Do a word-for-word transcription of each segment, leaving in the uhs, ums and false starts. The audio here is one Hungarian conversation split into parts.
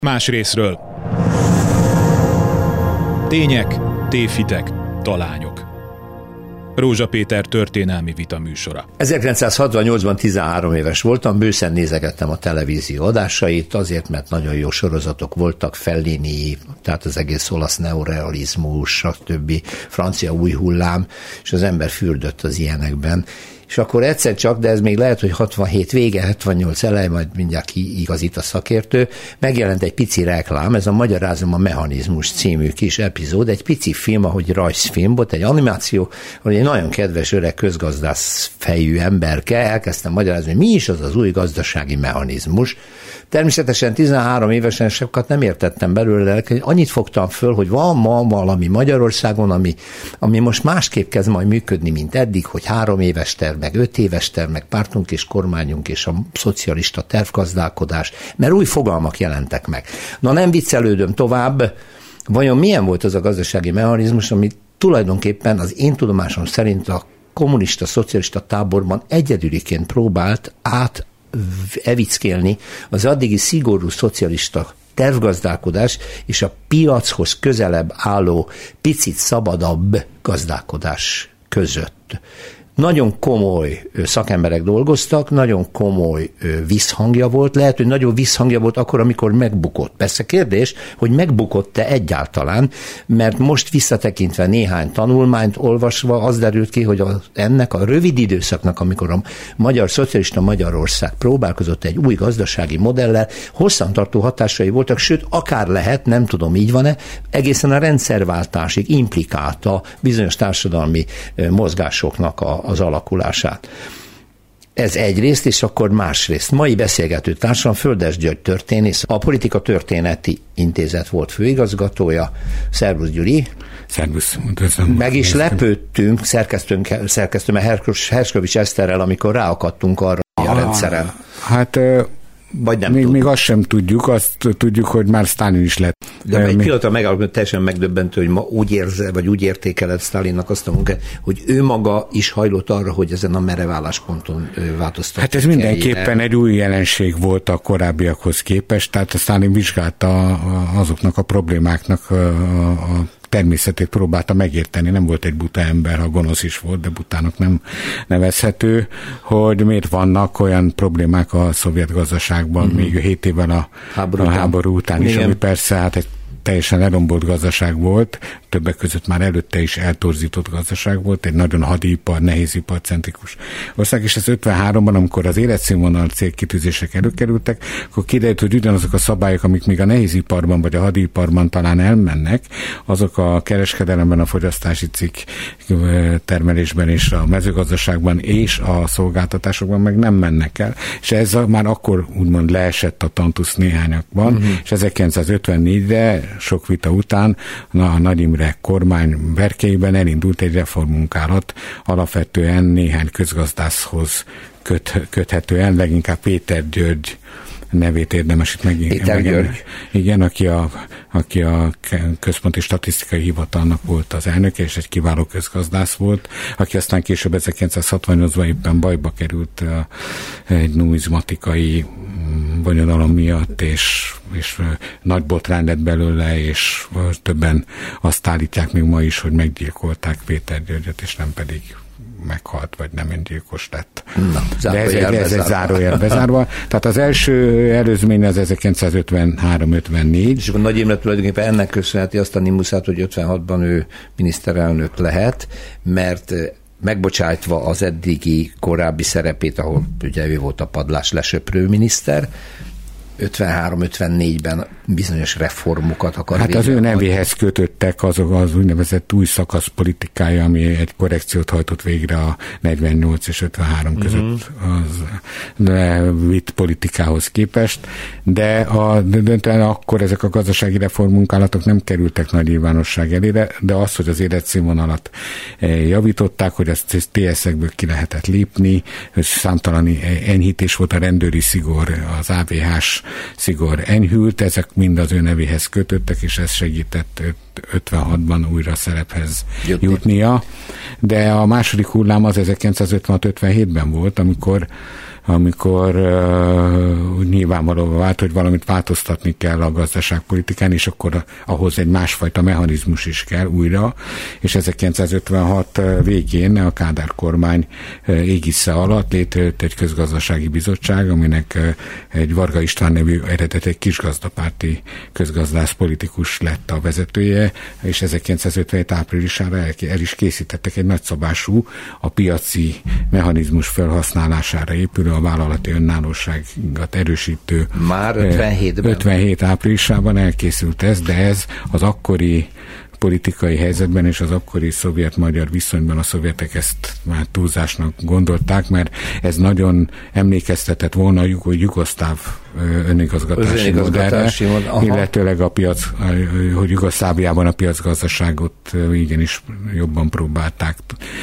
Más részről. Tények, tévhitek, talányok. Rózsa Péter történelmi vita műsora. ezerkilencszázhatvannyolcban tizenhárom éves voltam, bőszen nézegettem a televízió adásait, azért, mert nagyon jó sorozatok voltak, Fellini, tehát az egész olasz neorealizmus, stb. Francia új hullám, és az ember fürdött az ilyenekben. És akkor egyszer csak, de ez még lehet, hogy hatvanhét vége, hetvennyolc elej, majd mindjárt kiigazít a szakértő, megjelent egy pici reklám, ez a Magyarázom a mechanizmus című kis epizód, egy pici film, ahogy rajzfilm volt, egy animáció, hogy egy nagyon kedves öreg közgazdász fejű emberke elkezdtem magyarázni, hogy mi is az az új gazdasági mechanizmus. Természetesen tizenhárom évesen sokat nem értettem belőle, annyit fogtam föl, hogy van ma valami Magyarországon, ami, ami most másképp kezd majd működni, mint eddig, hogy három éves terv, meg öt éves terv, meg pártunk és kormányunk és a szocialista tervgazdálkodás, mert új fogalmak jelentek meg. Na nem viccelődöm tovább, vajon milyen volt az a gazdasági mechanizmus, ami tulajdonképpen az én tudomásom szerint a kommunista, szocialista táborban egyedüliként próbált át evickélni az addigi szigorú szocialista tervgazdálkodás és a piachoz közelebb álló, picit szabadabb gazdálkodás között. Nagyon komoly szakemberek dolgoztak, nagyon komoly visszhangja volt, lehet, hogy nagyon visszhangja volt akkor, amikor megbukott. Persze kérdés, hogy megbukott-e egyáltalán, mert most visszatekintve néhány tanulmányt olvasva az derült ki, hogy a, ennek a rövid időszaknak, amikor a magyar szocialista Magyarország próbálkozott egy új gazdasági modellel, hosszantartó hatásai voltak, sőt, akár lehet, nem tudom, így van-e, egészen a rendszerváltásig implikálta bizonyos társadalmi mozgásoknak a az alakulását. Ez egyrészt, és akkor másrészt. Mai beszélgető társam Földes György történész, a Politika Történeti Intézet volt főigazgatója. Szervusz, Gyuri! Szervusz! Üdvözlöm. Meg is lepődtünk szerkesztőnk, szerkesztőme Herskovics Eszterrel, amikor ráakadtunk arra a ah, rendszeren. Hát... Vagy nem még, tud. még azt sem tudjuk, azt tudjuk, hogy már Sztálin is lett. De egy mi... pillanatra megállapodott, teljesen megdöbbentő, hogy ma úgy érzel, vagy úgy értékeled Sztálinnak azt a munkát, hogy ő maga is hajlott arra, hogy ezen a merev állásponton változtatni. Hát ez mindenképpen egy új jelenség volt a korábbiakhoz képest, tehát a Sztálin vizsgálta azoknak a problémáknak a, a természetét próbálta megérteni, nem volt egy buta ember, ha gonosz is volt, de butának nem nevezhető, hogy miért vannak olyan problémák a szovjet gazdaságban, mm-hmm. még hét évvel a háború, a háború után is, ami persze hát egy teljesen elrombolt gazdaság volt, többek között már előtte is eltorzított gazdaság volt, egy nagyon hadipar, nehéziparcentrikus ország, és ez ötvenháromban, amikor az életszínvonal célkitűzések előkerültek, akkor kiderült, hogy ugyanazok a szabályok, amik még a nehéziparban vagy a hadiparban talán elmennek, azok a kereskedelemben, a fogyasztási cikk termelésben és a mezőgazdaságban és a szolgáltatásokban meg nem mennek el. És ez már akkor úgymond leesett a tantusz néhányakban, uh-huh. és ezerkilencszázötvennégyre sok vita után a Nagy Imre kormány berkeiben elindult egy reformmunkálat, alapvetően néhány közgazdászhoz köt, köthetően, leginkább Péter György nevét érdemes itt megint. Péter György. Igen, aki a, aki a Központi Statisztikai Hivatalnak volt az elnöke, és egy kiváló közgazdász volt, aki aztán később ezerkilencszázhatvannyolcban éppen bajba került egy numizmatikai bonyodalom miatt, és, és nagy botrány lett belőle, és többen azt állítják még ma is, hogy meggyilkolták Péter Györgyöt, és nem pedig meghalt, vagy nem öngyilkos lett. Na, de ez, egy, ez egy zárójel bezárva. Tehát az első előzmény az ezerkilencszázötvenhárom ötvennégy. És akkor Nagy Imre tulajdonképpen ennek köszönheti azt a nimuszát, hogy ötvenhatban ő miniszterelnök lehet, mert megbocsájtva az eddigi korábbi szerepét, ahol ugye ő volt a padlás lesöprő miniszter, ötvenhárom ötvennégyben bizonyos reformokat akar. Hát az ő nevéhez kötöttek azok az úgynevezett új szakasz politikája, ami egy korrekciót hajtott végre a negyvennyolc és ötvenhárom között uh-huh. az vitt politikához képest, de a döntően akkor ezek a gazdasági reformmunkálatok nem kerültek nagy nyilvánosság elére, de az, hogy az életszínvonalat javították, hogy ezt té es-ekből ki lehetett lépni, számtalan enyhítés volt, a rendőri szigor, az á vé hás szigor enyhült, ezek mind az ő nevéhez kötöttek, és ez segített ötvenhatban újra szerephez Jutni. jutnia. De a második hullám az ezerkilencszázötvenhat ötvenhétben volt, amikor amikor uh, nyilvánvalóan vált, hogy valamit változtatni kell a gazdaságpolitikán, és akkor ahhoz egy másfajta mechanizmus is kell újra, és ezerkilencszázötvenhat végén a Kádár kormány égisze alatt létrejött egy közgazdasági bizottság, aminek egy Varga István nevű eredet egy kisgazdapárti közgazdász politikus lett a vezetője, és ezerkilencszázötvenhét áprilisára el, el is készítettek egy nagyszabású, a piaci mechanizmus felhasználására épülő, a vállalati önállóságot erősítő. Már ötvenhétben. ötvenhét áprilisában elkészült ez, de ez az akkori politikai helyzetben és az akkori szovjet-magyar viszonyban a szovjetek ezt már túlzásnak gondolták, mert ez nagyon emlékeztetett volna a jugoszláv önigazgatási modellre, illetőleg a piac, hogy Jugoszláviában a piacgazdaságot igenis jobban próbálták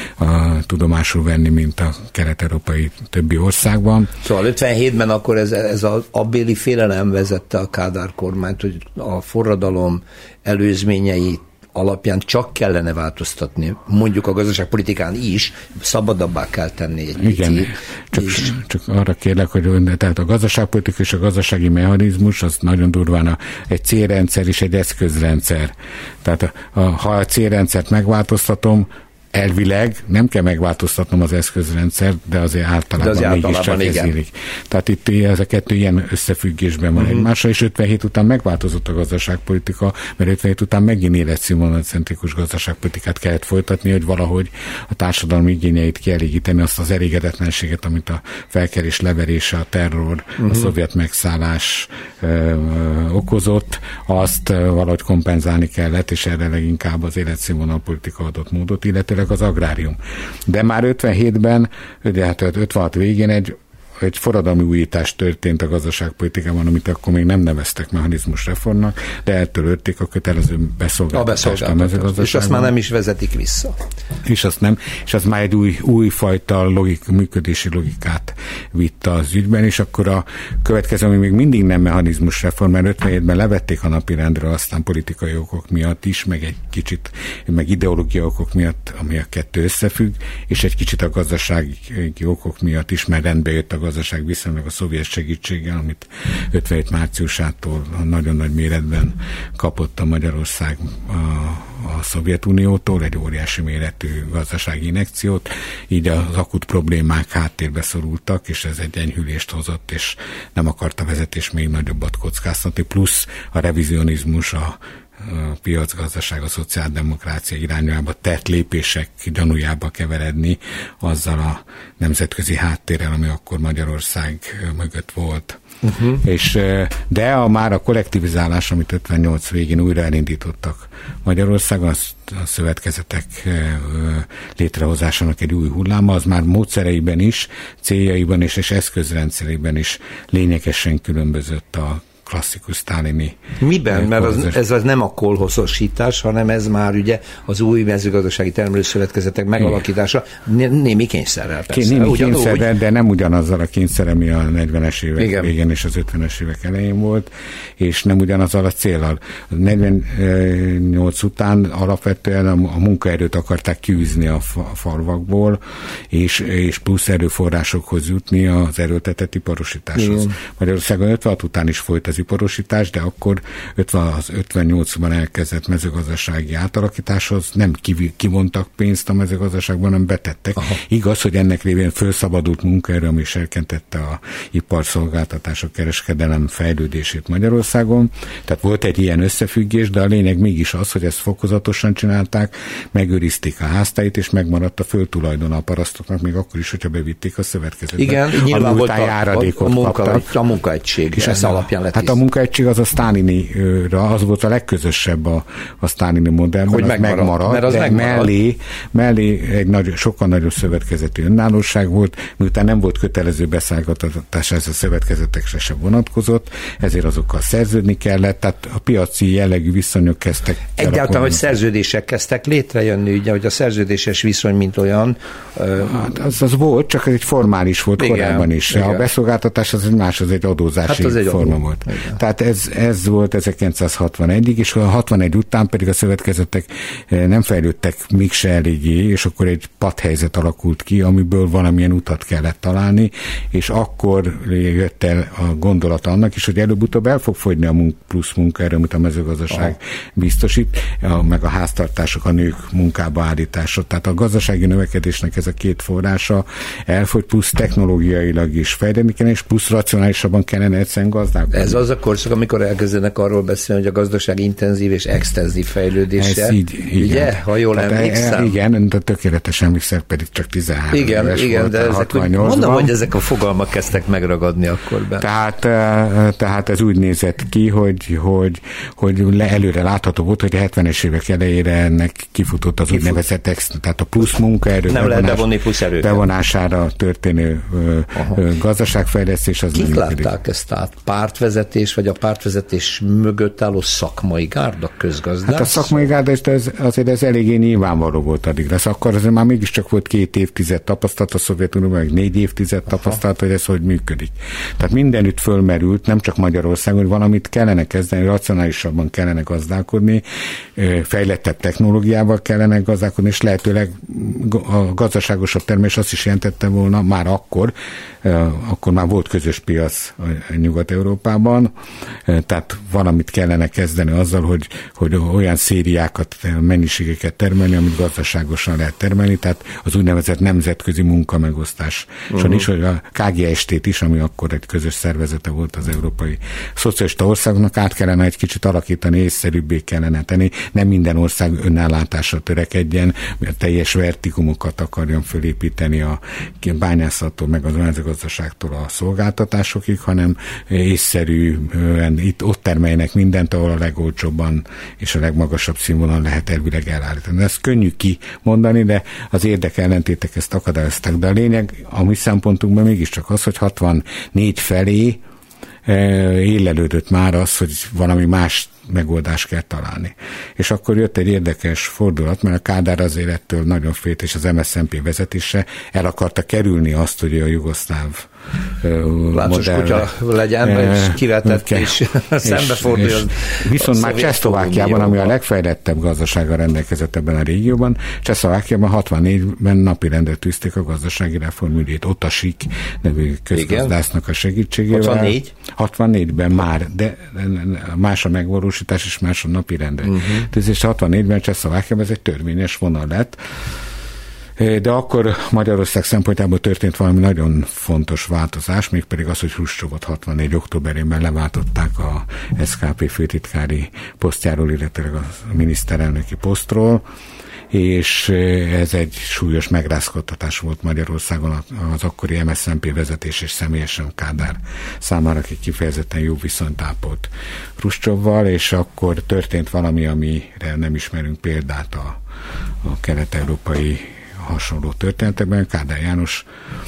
a tudomásul venni, mint a kelet-európai többi országban. Szóval ötvenhétben akkor ez, ez az abbéli félelem vezette a Kádár kormányt, hogy a forradalom előzményei alapján csak kellene változtatni, mondjuk a gazdaságpolitikán is, szabadabbá kell tenni egy picit. Igen, csak, csak arra kérlek, hogy tehát a gazdaságpolitika és a gazdasági mechanizmus az nagyon durván a, egy célrendszer és egy eszközrendszer. Tehát a, a, ha a célrendszert megváltoztatom, elvileg nem kell megváltoztatnom az eszközrendszer, de azért általában, de az mégiscsak ez érik. Tehát itt ez a kettő ilyen összefüggésben van uh-huh. egymással, és ötvenhét után megváltozott a gazdaságpolitika, mert ötvenhét után megint életszínvonalcentrikus gazdaságpolitikát kellett folytatni, hogy valahogy a társadalmi igényeit kielégíteni, azt az elégedetlenséget, amit a felkelés leverése, a terror, uh-huh. a szovjet megszállás ö, ö, okozott, azt ö, valahogy kompenzálni kellett, és erre leginkább az életszínvonalpolitika adott módot, illetve az agrárium. De már ötvenhétben, ugye hát ötvenhat végén egy, egy forradalmi újítás történt a gazdaságpolitikában, amit akkor még nem neveztek mechanizmus reformnak, de eltörölték a kötelező beszolgáltatást a, a mezőgazdaságban. És azt már nem is vezetik vissza. És azt nem, és az már egy új, újfajta logik, működési logikát vitt az ügyben, és akkor a következő, ami még mindig nem mechanizmus reform, mert ötvenhétben levették a napirendről, aztán politikai okok miatt is, meg egy kicsit, meg ideológiai okok miatt, ami a kettő összefügg, és egy kicsit a gazdasági okok miatt is, mert rendbe jött a gazdaság viszonylag a szovjet segítséggel, amit ötvenhét márciusától nagyon nagy méretben kapott a Magyarország a, a Szovjetuniótól, egy óriási méretű gazdasági injekciót, így az akut problémák háttérbe szorultak, és ez egy enyhülést hozott, és nem akart a vezetés még nagyobbat kockáztatni, plusz a revizionizmus, a a piacgazdaság, a szociáldemokrácia irányába tett lépések gyanújába keveredni azzal a nemzetközi háttérrel, ami akkor Magyarország mögött volt. Uh-huh. És, de a, már a kollektivizálás, amit ötvennyolc végén újra elindítottak Magyarországon, a szövetkezetek létrehozásának egy új hulláma, az már módszereiben is, céljaiban is, és eszközrendszerében is lényegesen különbözött a klasszikus sztálini. Miben? Mert az, ez az nem a kolhoszosítás, hanem ez már ugye az új mezőgazdasági termelőszövetkezetek megalakítása némi kényszerrel persze. Némi kényszerrel, de nem ugyanazzal a kényszer, ami a negyvenes évek Igen. végén és az ötvenes évek elején volt, és nem ugyanazzal a céllal. A negyvennyolc után alapvetően a, a munkaerőt akarták kiűzni a, fa, a falvakból, és, és plusz erőforrásokhoz jutni az erőltetett iparosításhoz. Igen. Magyarországon ötvenhat után is folyt az iparosítás, de akkor az ötvennyolcban elkezdett mezőgazdasági átalakításhoz nem kivontak pénzt a mezőgazdaságban, hanem betettek. Aha. Igaz, hogy ennek révén felszabadult munkaerő, ami serkentette a iparszolgáltatások, kereskedelem fejlődését Magyarországon. Tehát volt egy ilyen összefüggés, de a lényeg mégis az, hogy ezt fokozatosan csinálták, megőrizték a háztáit, és megmaradt a földtulajdona a parasztoknak, még akkor is, hogyha bevitték a szövetkezetbe. Igen, nyilván volt a, a, a, munka, a munkaegység, és ez alapján lett. Hát a munkaegység az a sztálinira, az volt a legközösebb a, a sztálini modellben, hogy az megmarad, megmarad, mert az de megmarad. mellé, mellé egy nagy, sokkal nagyobb szövetkezeti önállóság volt, miután nem volt kötelező beszállgatás, ez a szövetkezetekre sem vonatkozott, ezért azokkal szerződni kellett, tehát a piaci jellegű viszonyok kezdtek. Egyáltalán, hogy szerződések kezdtek létrejönni, ugye, hogy a szerződéses viszony, mint olyan. Hát az, az volt, csak egy formális volt igen, korábban is. Igen. A beszolgáltatás az egy más, az egy adózási hát az egy forma adó. volt. Igen. Tehát ez, ez volt ezerkilencszázhatvanegyig, és a hatvanegy után pedig a szövetkezetek nem fejlődtek még se eléggé, és akkor egy patthelyzet alakult ki, amiből valamilyen utat kellett találni, és akkor jött el a gondolat annak is, hogy előbb-utóbb el fog fogyni a munk, plusz munkaerő, amit a mezőgazdaság ah. biztosít, a, meg a háztartások, a nők munkába állítása. Tehát a gazdasági növekedésnek ez a két forrása elfogy, plusz technológiailag is fejlődni kellene, és plusz racionálisabban kellene egyszerűen gazdálkodni. Ez az a korszak, amikor elkezdenek arról beszélni, hogy a gazdaság intenzív és extenzív fejlődése. Ez így, igen. Ugye? Ha jól tehát emlékszem. Igen, de tökéletesen emlékszem, pedig csak tizenhárom igen, éves igen, volt, de ezek, mondom, hogy ezek a fogalmak kezdtek megragadni akkor be. Tehát, tehát ez úgy nézett ki, hogy, hogy, hogy le előre látható volt, hogy a hetvenes évek elejére ennek kifutott az Kifut. úgynevezett ex, tehát a plusz munkaerő nem lehet bevonni plusz erőt. Bevonására történő Aha. gazdaságfejlesztés. Az kik látták ezt át? Pártvezetés, vagy a pártvezetés mögött álló szakmai gárda, közgazdász? Hát a szakmai gárda ez, azért ez eléggé nyilvánvaló volt addigra. Akkor azért már mégiscsak volt két évtized tapasztalat a Szovjetunióban, meg négy évtized tapasztalat, hogy ez hogy működik. Tehát mindenütt fölmerült, nem csak Magyarországon, hogy valamit kellene kezdeni, racionálisabban kellene gazdálkodni, fejlettebb technológiával kellene gazdálkodni, és lehetőleg a gazdaságosabb termés azt is jelentette volna már akkor, akkor már volt közös piac Nyugat-Európában, tehát valamit kellene kezdeni azzal, hogy, hogy olyan szériákat, mennyiségeket termelni, amit gazdaságosan lehet termelni, tehát az úgynevezett nemzetközi munkamegosztás. Uh-huh. És hogy a ká gé es té-t is, ami akkor egy közös szervezete volt az európai szocialista országoknak, át kellene egy kicsit alakítani, észszerűbbé kellene tenni, nem minden ország önállátásra törekedjen, mert teljes vertikumokat akarjon fölépíteni a bányászattól, meg az mezőgazdaságtól a szolgáltatásokig, hanem észszerűen itt ott termeljenek mindent, ahol a legolcsóbban és a legmagasabb színvonalon lehet elvileg elállítani. Ez könnyű kimondani, de az érdekellentétek ezt akadályozták. De a lényeg a mi szempontunkban mégiscsak az, hogy hatvannégy felé élelődött már az, hogy valami más megoldást kell találni. És akkor jött egy érdekes fordulat, mert a Kádár azért ettől nagyon félt, és az em es zé en pé vezetése el akarta kerülni azt, hogy a jugoszláv Láncos kutya legyen, és kivetett, és szembefordul. Viszont már Csehszlovákiában, ami a legfejlettebb gazdasággal rendelkezett ebben a régióban, Csehszlovákiában hatvannégyben napirendre tűzték a gazdasági reformügyét. Ott a SIK nevű közgazdásznak a segítségével. hatvannégy? hatvannégyben már, de más a megvalósítás, és más a napirendre. Uh-huh. Tűzés hatvannégyben Csehszlovákiában ez egy törvényes vonal lett. De akkor Magyarország szempontjából történt valami nagyon fontos változás, mégpedig az, hogy Hruscsovot hatvannégy októberében leváltották a es ká pé főtitkári posztjáról, illetve a miniszterelnöki posztról, és ez egy súlyos megrázkodtatás volt Magyarországon az akkori em es zé en pé vezetés és személyesen Kádár számára, aki kifejezetten jó viszonyt ápolt Hruscsovval, és akkor történt valami, amire nem ismerünk példát a, a kelet-európai hasonló történetekben. Kádár János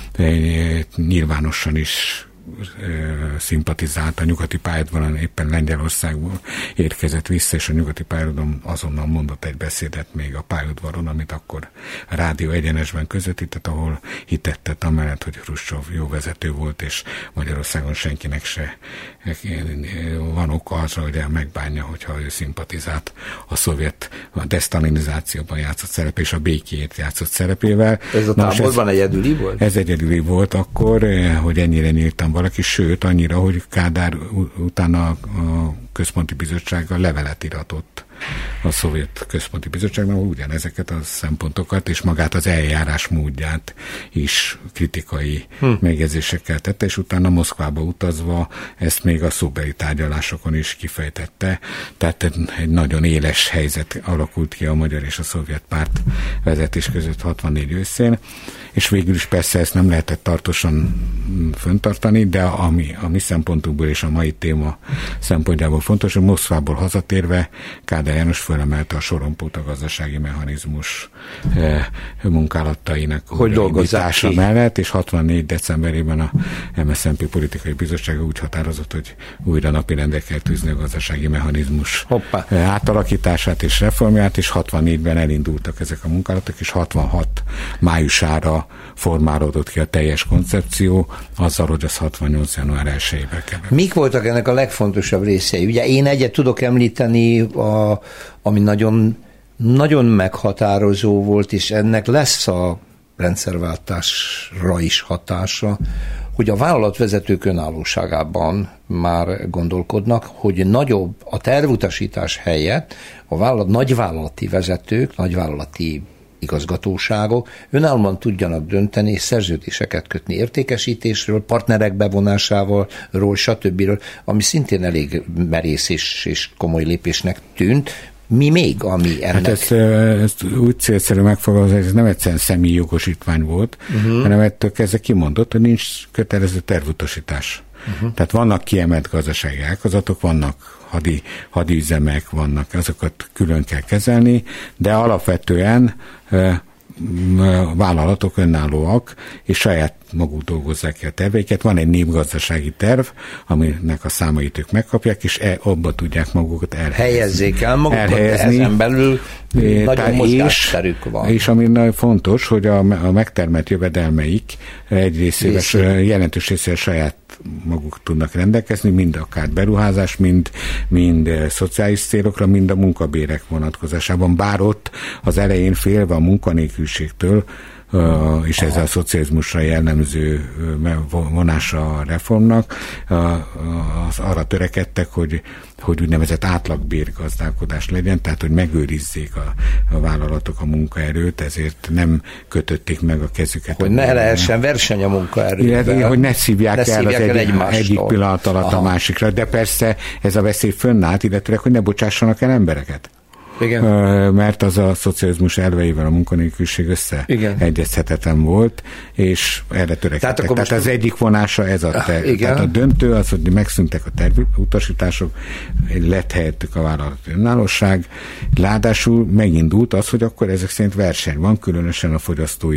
nyilvánosan is szimpatizált a nyugati pályadban, éppen Lengyelországból érkezett vissza, és a nyugati pályadon azonnal mondott egy beszédet még a pályaudvaron, amit akkor a Rádió Egyenesben közvetített, ahol hitettet amellett, hogy Hruscsov jó vezető volt, és Magyarországon senkinek se van oka arra, hogy megbánja, hogyha ő szimpatizált a szovjet a desztalinizációban játszott szerepe, és a békéért játszott szerepével. Ez a táborban ez, egyedüli volt? Ez egyedüli volt akkor, hogy ennyire nyíltan valaki, sőt, annyira, hogy Kádár utána a Központi Bizottsággal levelet iratott a Szovjet Központi Bizottságnak, ugyanezeket a szempontokat, és magát az eljárás módját is kritikai hm. megjegyzésekkel tette, és utána Moszkvába utazva ezt még a szóbeli tárgyalásokon is kifejtette. Tehát egy nagyon éles helyzet alakult ki a magyar és a szovjet párt vezetés között hatvannégy őszén, és végül is persze ezt nem lehetett tartósan föntartani, de ami a mi szempontunkból és a mai téma szempontjából fontos, hogy Moszkvából hazatérve Kádár Kádár János fölemelte a sorompót a gazdasági mechanizmus munkálatainak hogy indítása mellett, és hatvannégy decemberében a em es zé en pé politikai bizottsága úgy határozott, hogy újra napirendre kell tűzni a gazdasági mechanizmus Hoppá. átalakítását és reformját, és hatvannégyben elindultak ezek a munkálatok, és hatvanhat májusára formálódott ki a teljes koncepció, azzal, hogy az hatvannyolc január elsejébe kell. Mik voltak ennek a legfontosabb részei? Ugye én egyet tudok említeni, a, ami nagyon, nagyon meghatározó volt, és ennek lesz a rendszerváltásra is hatása, hogy a vállalatvezetők önállóságában már gondolkodnak, hogy nagyobb a tervutasítás helyett a vállalat, nagyvállalati vezetők, nagyvállalati igazgatóságok önállóan tudjanak dönteni és szerződéseket kötni értékesítésről, partnerek bevonásával, ról, stb., ami szintén elég merész és, és komoly lépésnek tűnt. Mi még, ami ennek? Hát ezt, ezt úgy célszerű megfogalmazni, ez nem egyszerűen személyi jogosítvány volt, uh-huh. hanem ettől kezdve kimondott, hogy nincs kötelező tervutasítás. Uh-huh. Tehát vannak kiemelt gazdasági ágazatok, vannak hadi, hadiüzemek, vannak, azokat külön kell kezelni, de alapvetően a vállalatok önállóak, és saját maguk dolgozzák ki a terveiket. Van egy népgazdasági terv, aminek a számait ők megkapják, és e, abba tudják magukat elhelyezni. Helyezzék el magukat, elhelyezni. Ezen belül é, nagyon mozgásterük van. És ami nagyon fontos, hogy a, a megtermelt jövedelmeik egy részével, jelentős részével saját maguk tudnak rendelkezni, mind akár beruházás, mind, mind szociális célokra, mind a munkabérek vonatkozásában. Bár ott az elején félve a munkanélküliségtől, és ez a szocializmusra jellemző vonása a reformnak, az arra törekedtek, hogy, hogy úgynevezett átlagbérgazdálkodás legyen, tehát hogy megőrizzék a, a vállalatok a munkaerőt, ezért nem kötötték meg a kezüket. Hogy ne lehessen verseny a munkaerővel. Hogy ne szívják ne el az el egy, egyik pillanat alatt Aha. a másikra, de persze ez a veszély fönnállt, illetve hogy ne bocsássanak el embereket. Igen. Mert az a szocializmus elveivel a munkanélküliség összeegyezhetetlen volt, és erre törekedtek. Tehát, Tehát az egyik vonása ez a terv. Tehát a döntő az, hogy megszűntek a tervutasítások, lett helyettük a vállalati önállóság, ráadásul megindult az, hogy akkor ezek szerint verseny van, különösen a fogyasztói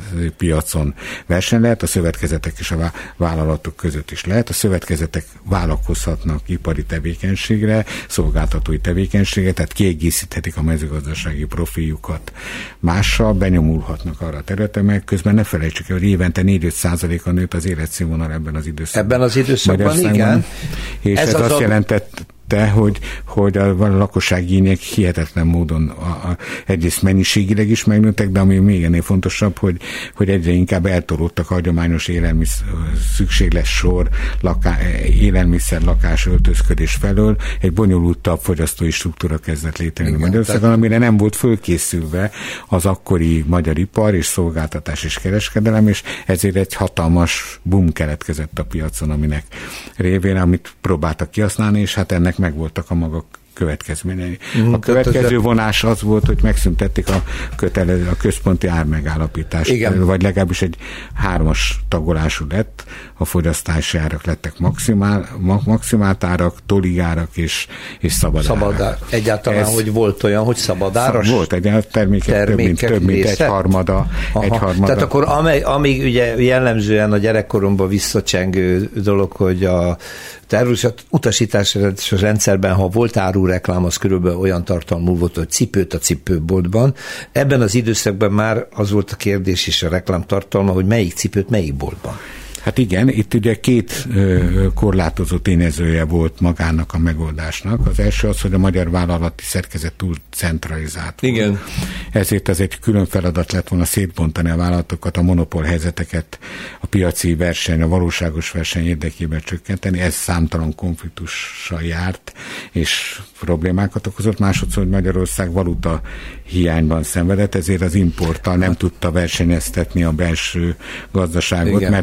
piacon verseny lehet, a szövetkezetek és a vállalatok között is lehet. A szövetkezetek vállalkozhatnak ipari tevékenységre, szolgáltatói tevékenységre, tehát kiegészít a mezőgazdasági profiljukat mással, benyomulhatnak arra a területen, mert közben ne felejtsük el, hogy évente négy-öt százaléka nőtt az életszínvonal ebben az időszakban. Ebben az időszakban, igen. És ez, ez az azt a... jelentett, hogy, hogy a lakossági igények hihetetlen módon a, a, egyrészt mennyiségileg is megnőttek, de ami még ennél fontosabb, hogy, hogy egyre inkább eltolódtak a hagyományos élelmiszer, szükségles sor, laká, élelmiszer, lakás, öltözködés felől, egy bonyolultabb fogyasztói struktúra kezdett létrejönni Magyarországon, amire nem volt fölkészülve az akkori magyar ipar és szolgáltatás és kereskedelem, és ezért egy hatalmas boom keletkezett a piacon, aminek révén, amit próbáltak kihasználni, és hát ennek megvoltak a maga következményei. A következő vonás az volt, hogy megszüntették a, kötelező, a központi ármegállapítást, Igen. vagy legalábbis egy hármas tagolású lett, a fogyasztási árak lettek maximál, maximált árak, toligárak és, és szabad, szabad árak. Egyáltalán, Ez, hogy volt olyan, hogy szabadáras? Volt, egy termékek, termékek több mint, több mint egy harmada, egy harmada. Tehát akkor amely, amíg ugye jellemzően a gyerekkoromban visszacsengő dolog, hogy a tervutasítási rendszerben, ha volt árureklám, az körülbelül olyan tartalmú volt, hogy cipőt a cipőboltban. Ebben az időszakban már az volt a kérdés és a reklám tartalma, hogy melyik cipőt melyik boltban. Hát igen, itt ugye két ö, korlátozó tényezője volt magának a megoldásnak. Az első az, hogy a magyar vállalati szerkezet túl centralizált volt. Igen. Ezért ez egy külön feladat lett volna szétbontani a vállalatokat, a monopól helyzeteket, a piaci verseny, a valóságos verseny érdekében csökkenteni. Ez számtalan konfliktussal járt, és problémákat okozott. Másodszor, hogy Magyarország valuta hiányban szenvedett, ezért az importtal nem tudta versenyeztetni a belső gazdaságot, Igen. mert az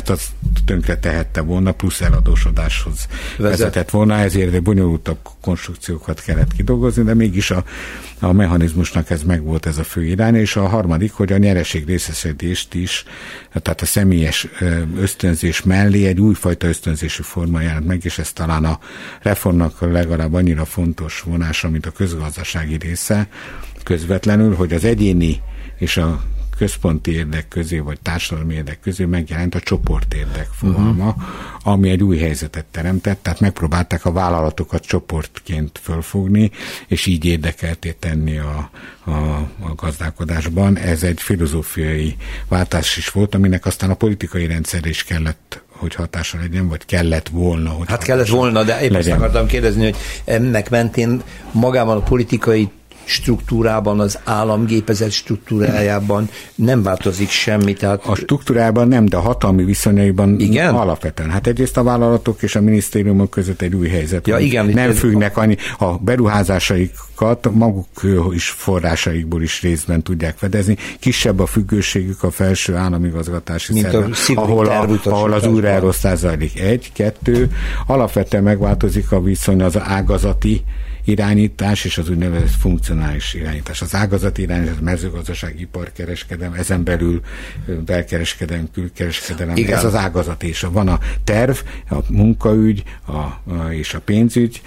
tönkre tehette volna, plusz eladósodáshoz Vezet. vezetett volna, ezért bonyolultabb konstrukciókat kellett kidolgozni, de mégis a, a mechanizmusnak ez megvolt, ez a fő irány, és a harmadik, hogy a nyereség részesedést is, tehát a személyes ösztönzés mellé egy újfajta ösztönzési forma jelent meg, és ez talán a reformnak legalább annyira fontos vonása, mint a közgazdasági része közvetlenül, hogy az egyéni és a központi érdek közé, vagy társadalmi érdek közé megjelent a csoportérdek fogalma, uh-huh. ami egy új helyzetet teremtett, tehát megpróbálták a vállalatokat csoportként fölfogni, és így érdekelté tenni a, a, a gazdálkodásban. Ez egy filozófiai váltás is volt, aminek aztán a politikai rendszer is kellett, hogy hatása legyen, vagy kellett volna, hogy Hát kellett volna, de épp azt akartam kérdezni, hogy ennek mentén magában a politikai struktúrában, az államgépezet struktúrájában nem változik semmi. Tehát... A struktúrában nem, de a hatalmi viszonyaiban igen? alapvetően. Hát egyrészt a vállalatok és a minisztériumok között egy új helyzet. Ja, igen, nem függnek annyi, a beruházásaikat maguk is forrásaikból is részben tudják fedezni. Kisebb a függőségük a felső államigazgatási szerven, ahol, a, ahol az újraelosztás zajlik. Egy, kettő, alapvetően megváltozik a viszony az ágazati irányítás és az úgynevezett funkcionális irányítás. Az ágazati irányítás, a mezőgazdaság, iparkereskedelem, ezen belül belkereskedelem, külkereskedelem, igen. Ez az ágazat, és van a terv, a munkaügy a, a, és a pénzügy,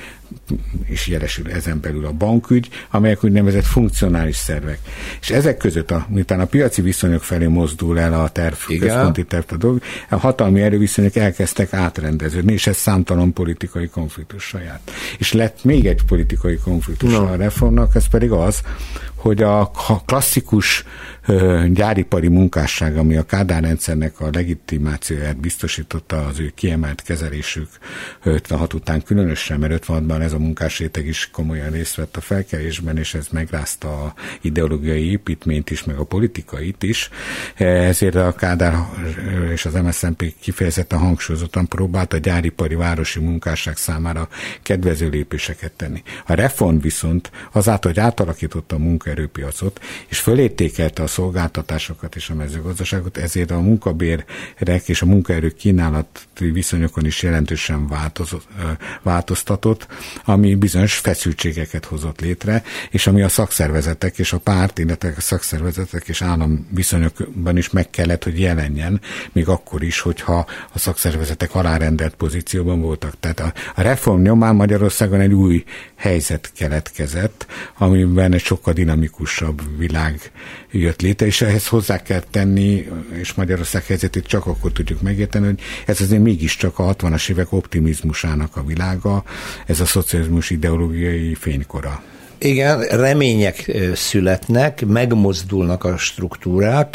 és jelesül ezen belül a bankügy, amelyek úgynevezett funkcionális szervek. És ezek között, a, miután a piaci viszonyok felé mozdul el a terv, igen. központi terv, a dolog, a hatalmi erőviszonyok elkezdtek átrendeződni, és ez számtalan politikai konfliktussal járt. És lett még egy politikai konfliktus no. a reformnak, ez pedig az, hogy a klasszikus ö, gyáripari munkásság, ami a Kádár rendszernek a legitimációját biztosította, az ő kiemelt kezelésük ötvenhat után különösen, mert ötvenhatban ez a munkásréteg is komolyan részt vett a felkelésben, és ez megrázta a ideológiai építményt is, meg a politikait is. Ezért a Kádár és az em es zé en pé kifejezetten hangsúlyozottan próbált a gyáripari városi munkásság számára kedvező lépéseket tenni. A reform viszont azáltal, hogy átalakította a munkaerőpiacot, és fölértékelte a szolgáltatásokat és a mezőgazdaságot, ezért a munkabérek és a munkaerő kínálati viszonyokon is jelentősen változott, változtatott, ami bizonyos feszültségeket hozott létre, és ami a szakszervezetek és a párt, illetve a szakszervezetek és állam viszonyokban is meg kellett, hogy jelenjen, még akkor is, hogyha a szakszervezetek alárendelt pozícióban voltak. Tehát a, a reform nyomán Magyarországon egy új helyzet keletkezett, amiben egy sokkal dinamikusabb világ jött létre, és ehhez hozzá kell tenni, és Magyarország helyzetét csak akkor tudjuk megérteni, hogy ez azért mégiscsak a hatvanas évek optimizmusának a világa, ez a szocializmus ideológiai fénykora. Igen, remények születnek, megmozdulnak a struktúrák,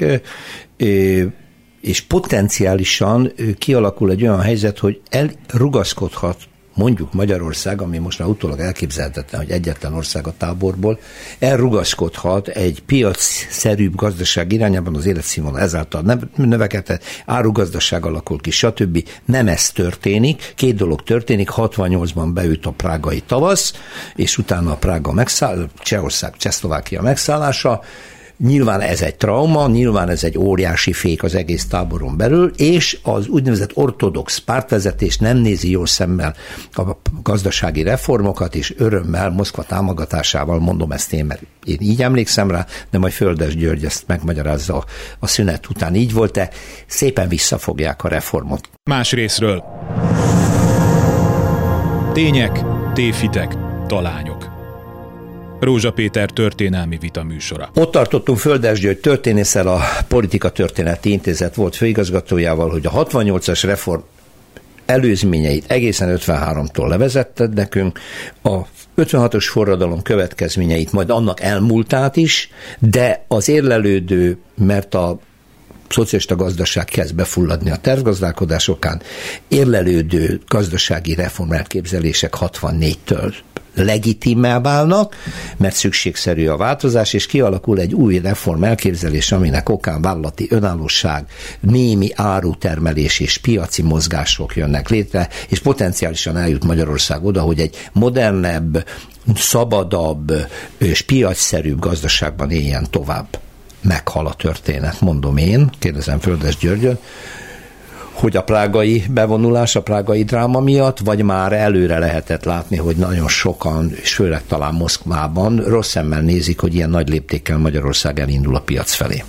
és potenciálisan kialakul egy olyan helyzet, hogy elrugaszkodhat mondjuk Magyarország, ami most már utólag elképzelhetetlen, hogy egyetlen ország a táborból, elrugaszkodhat egy piacszerűbb gazdaság irányában, az életszínvonal ezáltal növekedhet, árugazdaság alakul ki, stb. Nem ez történik. Két dolog történik, hatvannyolcban beüt a prágai tavasz, és utána a Prága megszáll, Csehország, Csehszlovákia megszállása. Nyilván ez egy trauma, nyilván ez egy óriási fék az egész táboron belül, és az úgynevezett ortodox pártvezetés nem nézi jó szemmel a gazdasági reformokat, és örömmel Moszkva támogatásával, mondom ezt én, mert én így emlékszem rá, de majd Földes György ezt megmagyarázza a szünet után. Így volt-e? Szépen visszafogják a reformot. Más részről. Tények, tévhitek, talányok. Rózsa Péter történelmi vita műsora. Ott tartottunk Földes György történészel, a Politika Történeti Intézet volt főigazgatójával, hogy a hatvannyolcas reform előzményeit egészen ötvenháromtól levezetted nekünk, a ötvenhatos forradalom következményeit, majd annak elmúltát is, de az érlelődő, mert a szocialista gazdaság kezd befulladni a tervgazdálkodásokán, érlelődő gazdasági reformelképzelések hatvannégytől legitimá válnak, mert szükségszerű a változás, és kialakul egy új reform elképzelés, aminek okán vállalati önállóság, némi árutermelés és piaci mozgások jönnek létre, és potenciálisan eljut Magyarország oda, hogy egy modernebb, szabadabb és piacszerűbb gazdaságban éljen tovább. Meghal a történet, mondom én, kérdezem Földes Györgyön, hogy a prágai bevonulás, a prágai dráma miatt, vagy már előre lehetett látni, hogy nagyon sokan, és főleg talán Moszkvában rossz szemmel nézik, hogy ilyen nagy léptékkel Magyarország elindul a piac felé?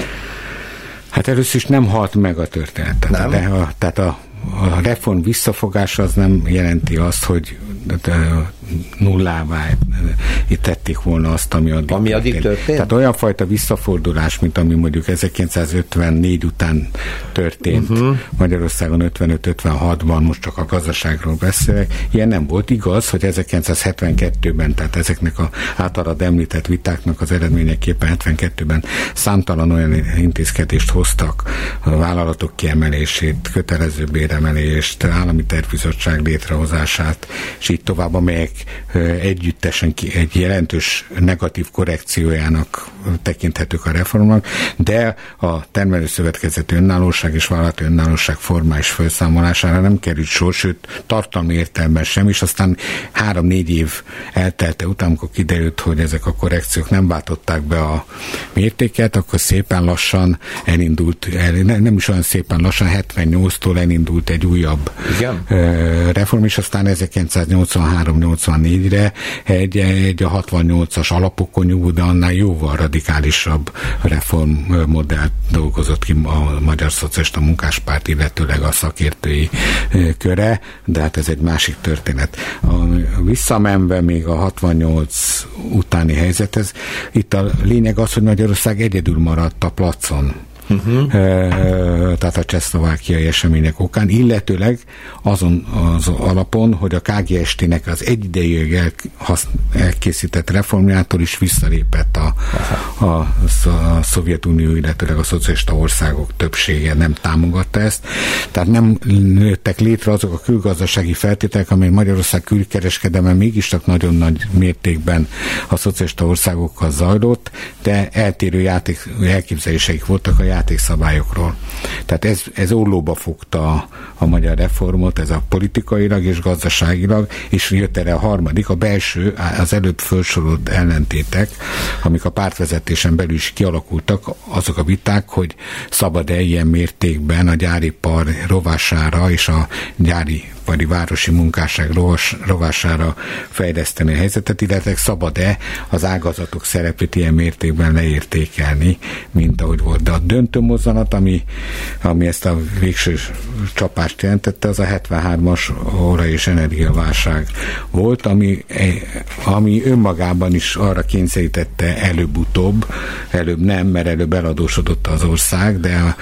Hát először is nem halt meg a történet. Nem? De a, tehát a, a reform visszafogása az nem jelenti azt, hogy nullává itt tették volna azt, ami addig, ami addig történt. történt. Tehát olyan fajta visszafordulás, mint ami mondjuk ezerkilencszázötvennégy után történt uh-huh. Magyarországon ötvenöt-ötvenhatban, most csak a gazdaságról beszélek, ilyen nem volt. Igaz, hogy ezerkilencszázhetvenkettőben, tehát ezeknek az általad említett vitáknak az eredményeképpen hetvenkettőben számtalan olyan intézkedést hoztak, a vállalatok kiemelését, kötelező béremelést, állami tervbizottság létrehozását, és így tovább, amelyek együttesen egy jelentős negatív korrekciójának tekinthetők a reformnak, de a termelőszövetkezeti önállóság és vállalati önállóság formális felszámolására nem került sor, sőt tartalmi értelemben sem, és aztán három-négy év eltelte után, amikor kiderült, hogy ezek a korrekciók nem váltották be a mértéket, akkor szépen lassan elindult, el, nem is olyan szépen lassan, hetvennyolctól elindult egy újabb Igen? reform, és aztán ezerkilencszáznyolcvanhárom-nyolcvannégyre egy, egy a hatvannyolcas alapokon nyugvó, de annál jóval radikálisabb reformmodellt dolgozott ki a Magyar Szocialista Munkáspárt, illetőleg a szakértői köre, de hát ez egy másik történet. A, visszamenve még a hatvannyolc utáni helyzethez, itt a lényeg az, hogy Magyarország egyedül maradt a placon. Uh-huh. Tehát a csehszlovákiai események okán, illetőleg azon az alapon, hogy a ká gé es té-nek az egyidejűleg elkészített reformjától is visszalépett a, a, a Szovjetunió, illetőleg a szocialista országok többsége nem támogatta ezt. Tehát nem nőttek létre azok a külgazdasági feltételek, amely Magyarország külkereskedelme mégis csak nagyon nagy mértékben a szocialista országokkal zajlott, de eltérő játék, elképzeléseik voltak a játékszabályokról. Tehát ez, ez ollóba fogta a, a magyar reformot, ez a politikailag és gazdaságilag, és jött erre a harmadik, a belső, az előbb felsorolt ellentétek, amik a pártvezetésen belül is kialakultak, azok a viták, hogy szabad-e ilyen mértékben a gyáripar rovására és a gyári vagy városi munkásság rovas, rovására fejleszteni a helyzetet, illetve szabad-e az ágazatok szerepét ilyen mértékben leértékelni, mint ahogy volt. De a döntő mozzanat, ami, ami ezt a végső csapást jelentette, az a hetvenhármas olaj- és energiaválság volt, ami, ami önmagában is arra kényszerítette előbb-utóbb, előbb nem, mert előbb eladósodott az ország, de a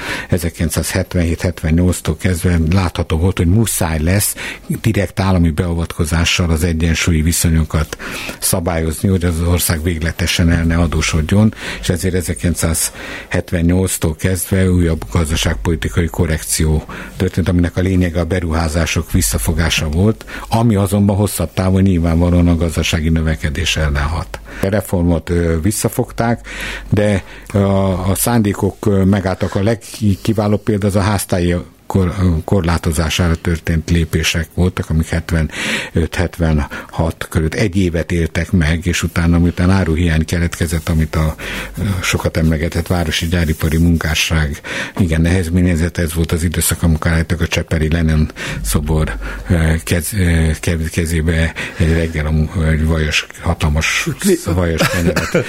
ezerkilencszázhetvenhét-hetvennyolctól kezdve látható volt, hogy muszáj lesz direkt állami beavatkozással az egyensúlyi viszonyokat szabályozni, hogy az ország végletesen el ne adósodjon, és ezért ezerkilencszázhetvennyolctól kezdve újabb gazdaságpolitikai korrekció történt, aminek a lényege a beruházások visszafogása volt, ami azonban hosszabb távon nyilvánvalóan a gazdasági növekedés ellen hat. A reformot visszafogták, de a, a szándékok megálltak. A legkiválóbb példa az a háztáji Kor, korlátozására történt lépések voltak, amik hetvenöt-hetvenhat körül egy évet éltek meg, és utána, miután áruhiány keletkezett, amit a sokat emlegetett városi gyáripari munkásság igen nehezményezett, ez volt az időszak, amikor álltak a Csepeli Lenin szobor kez, kez, kezébe egy reggel egy vajas, hatalmas vajas kenyeret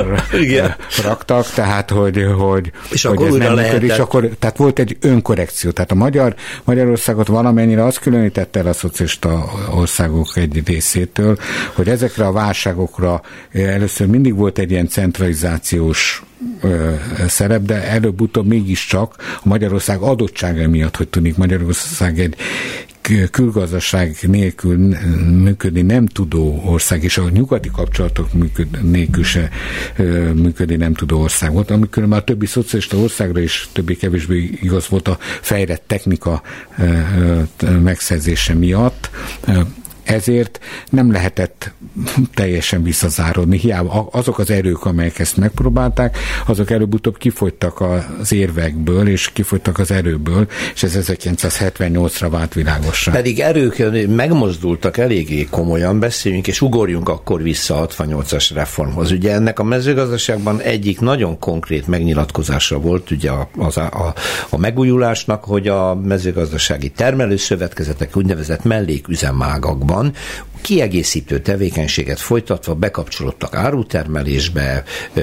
raktak, tehát hogy, hogy, és hogy akkor ez nem működik, és akkor, tehát volt egy önkorrekció, tehát a Magyar, Magyarországot valamennyire azt különítette el a szocialista országok egy részétől, hogy ezekre a válságokra először mindig volt egy ilyen centralizációs ö, szerep, de előbb-utóbb mégiscsak a Magyarország adottsága miatt, hogy tudnik Magyarország egy külgazdaság nélkül működni nem tudó ország, és a nyugati kapcsolatok működ, nélkül se ö, működni nem tudó ország volt, amikor már a többi szocialista országra is többé-kevésbé igaz volt a fejlett technika ö, ö, megszerzése miatt. Ö, ezért nem lehetett teljesen visszazárodni. Hiába azok az erők, amelyek ezt megpróbálták, azok előbb-utóbb kifogytak az érvekből, és kifogytak az erőből, és ez ezerkilencszázhetvennyolcra vált világossá. Pedig erők megmozdultak eléggé komolyan, beszéljünk, és ugorjunk akkor vissza a hatvannyolcas reformhoz. Ugye ennek a mezőgazdaságban egyik nagyon konkrét megnyilatkozása volt ugye a, a, a, a megújulásnak, hogy a mezőgazdasági termelőszövetkezetek úgynevezett melléküzemágakban kiegészítő tevékenységet folytatva bekapcsolódtak árutermelésbe,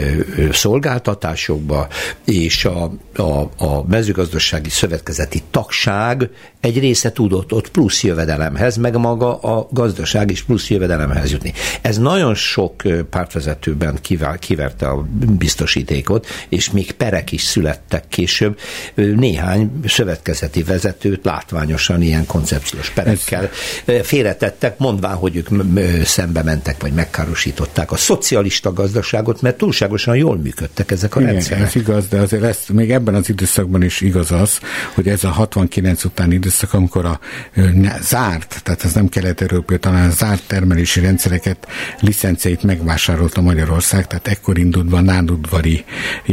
szolgáltatásokba, és a, a, a mezőgazdasági szövetkezeti tagság egy része tudott ott plusz jövedelemhez, meg maga a gazdaság is plusz jövedelemhez jutni. Ez nagyon sok pártvezetőben kiverte a biztosítékot, és még perek is születtek később. Néhány szövetkezeti vezetőt látványosan ilyen koncepciós perekkel félretettek, mondván, hogy ők szembe mentek, vagy megkárosították a szocialista gazdaságot, mert túlságosan jól működtek ezek a igen, rendszerek. Ez igaz, de azért ezt, még ebben az időszakban is igaz az, hogy ez a hatvankilenc utáni időszak, amikor a zárt, tehát ez nem kelet-európai, talán a zárt termelési rendszereket, licenceit megvásárolta Magyarország, tehát ekkor indult be a nádudvari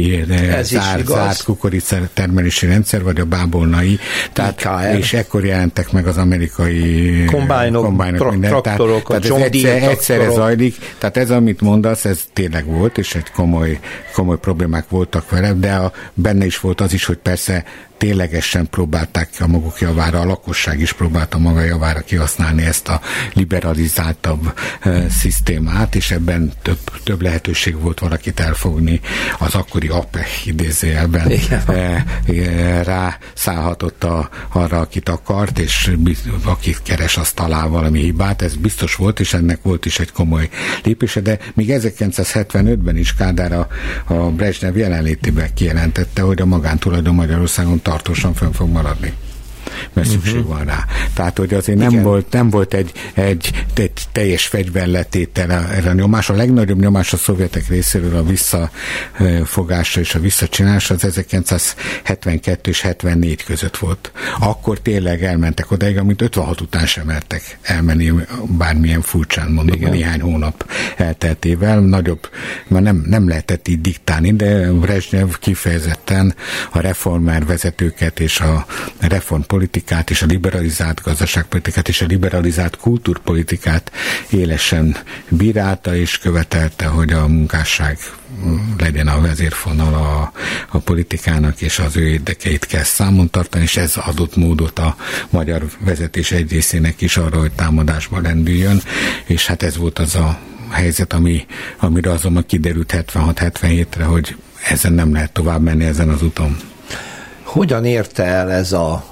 zárt, zárt kukorica termelési rendszer, vagy a bábolnai, tehát, és ekkor jelentek meg az amerikai kombájnok, kombájnok minden, traktorok, tehát, tehát ez egyszer, egyszerre zajlik, tehát ez, amit mondasz, ez tényleg volt, és egy komoly, komoly problémák voltak vele, de a, benne is volt az is, hogy persze ténylegesen próbálták a maguk javára, a lakosság is próbálta maga javára kihasználni ezt a liberalizáltabb e, szisztémát, és ebben több, több lehetőség volt valakit elfogni. Az akkori á pé e idézőjelben e, e, rászállhatott a, arra, akit akart, és akit keres, azt talál valami hibát. Ez biztos volt, és ennek volt is egy komoly lépése, de még ezerkilencszázhetvenötben is Kádár a, a Brezsnyev jelenlétében kijelentette, hogy a magántulajdon Magyarországon tartósan fönn fog maradni, mert uh-huh. szükség van rá. Tehát, hogy azért nem volt, nem volt egy, egy, egy teljes fegyverletétel erre a nyomás. A legnagyobb nyomás a szovjetek részéről a visszafogása és a visszacsinálása az ezerkilencszázhetvenkettő és hetvennégy között volt. Akkor tényleg elmentek odaig, amit ötvenhat után sem mertek elmenni, bármilyen furcsán mondom, igen. Néhány hónap elteltével. Nagyobb, mert nem, nem lehetett így diktálni, de Brezsnyev kifejezetten a reformer vezetőket és a reformpolitikát és a liberalizált gazdaságpolitikát és a liberalizált kultúrpolitikát élesen bírálta, és követelte, hogy a munkásság legyen a vezérfonal a, a politikának, és az ő érdekeit kell számon tartani, és ez adott módot a magyar vezetés egy részének is arra, hogy támadásba lendüljön, és hát ez volt az a helyzet, ami, amire azonban kiderült hetvenhat hetvenhétre, hogy ezen nem lehet tovább menni, ezen az úton. Hogyan érte el ez a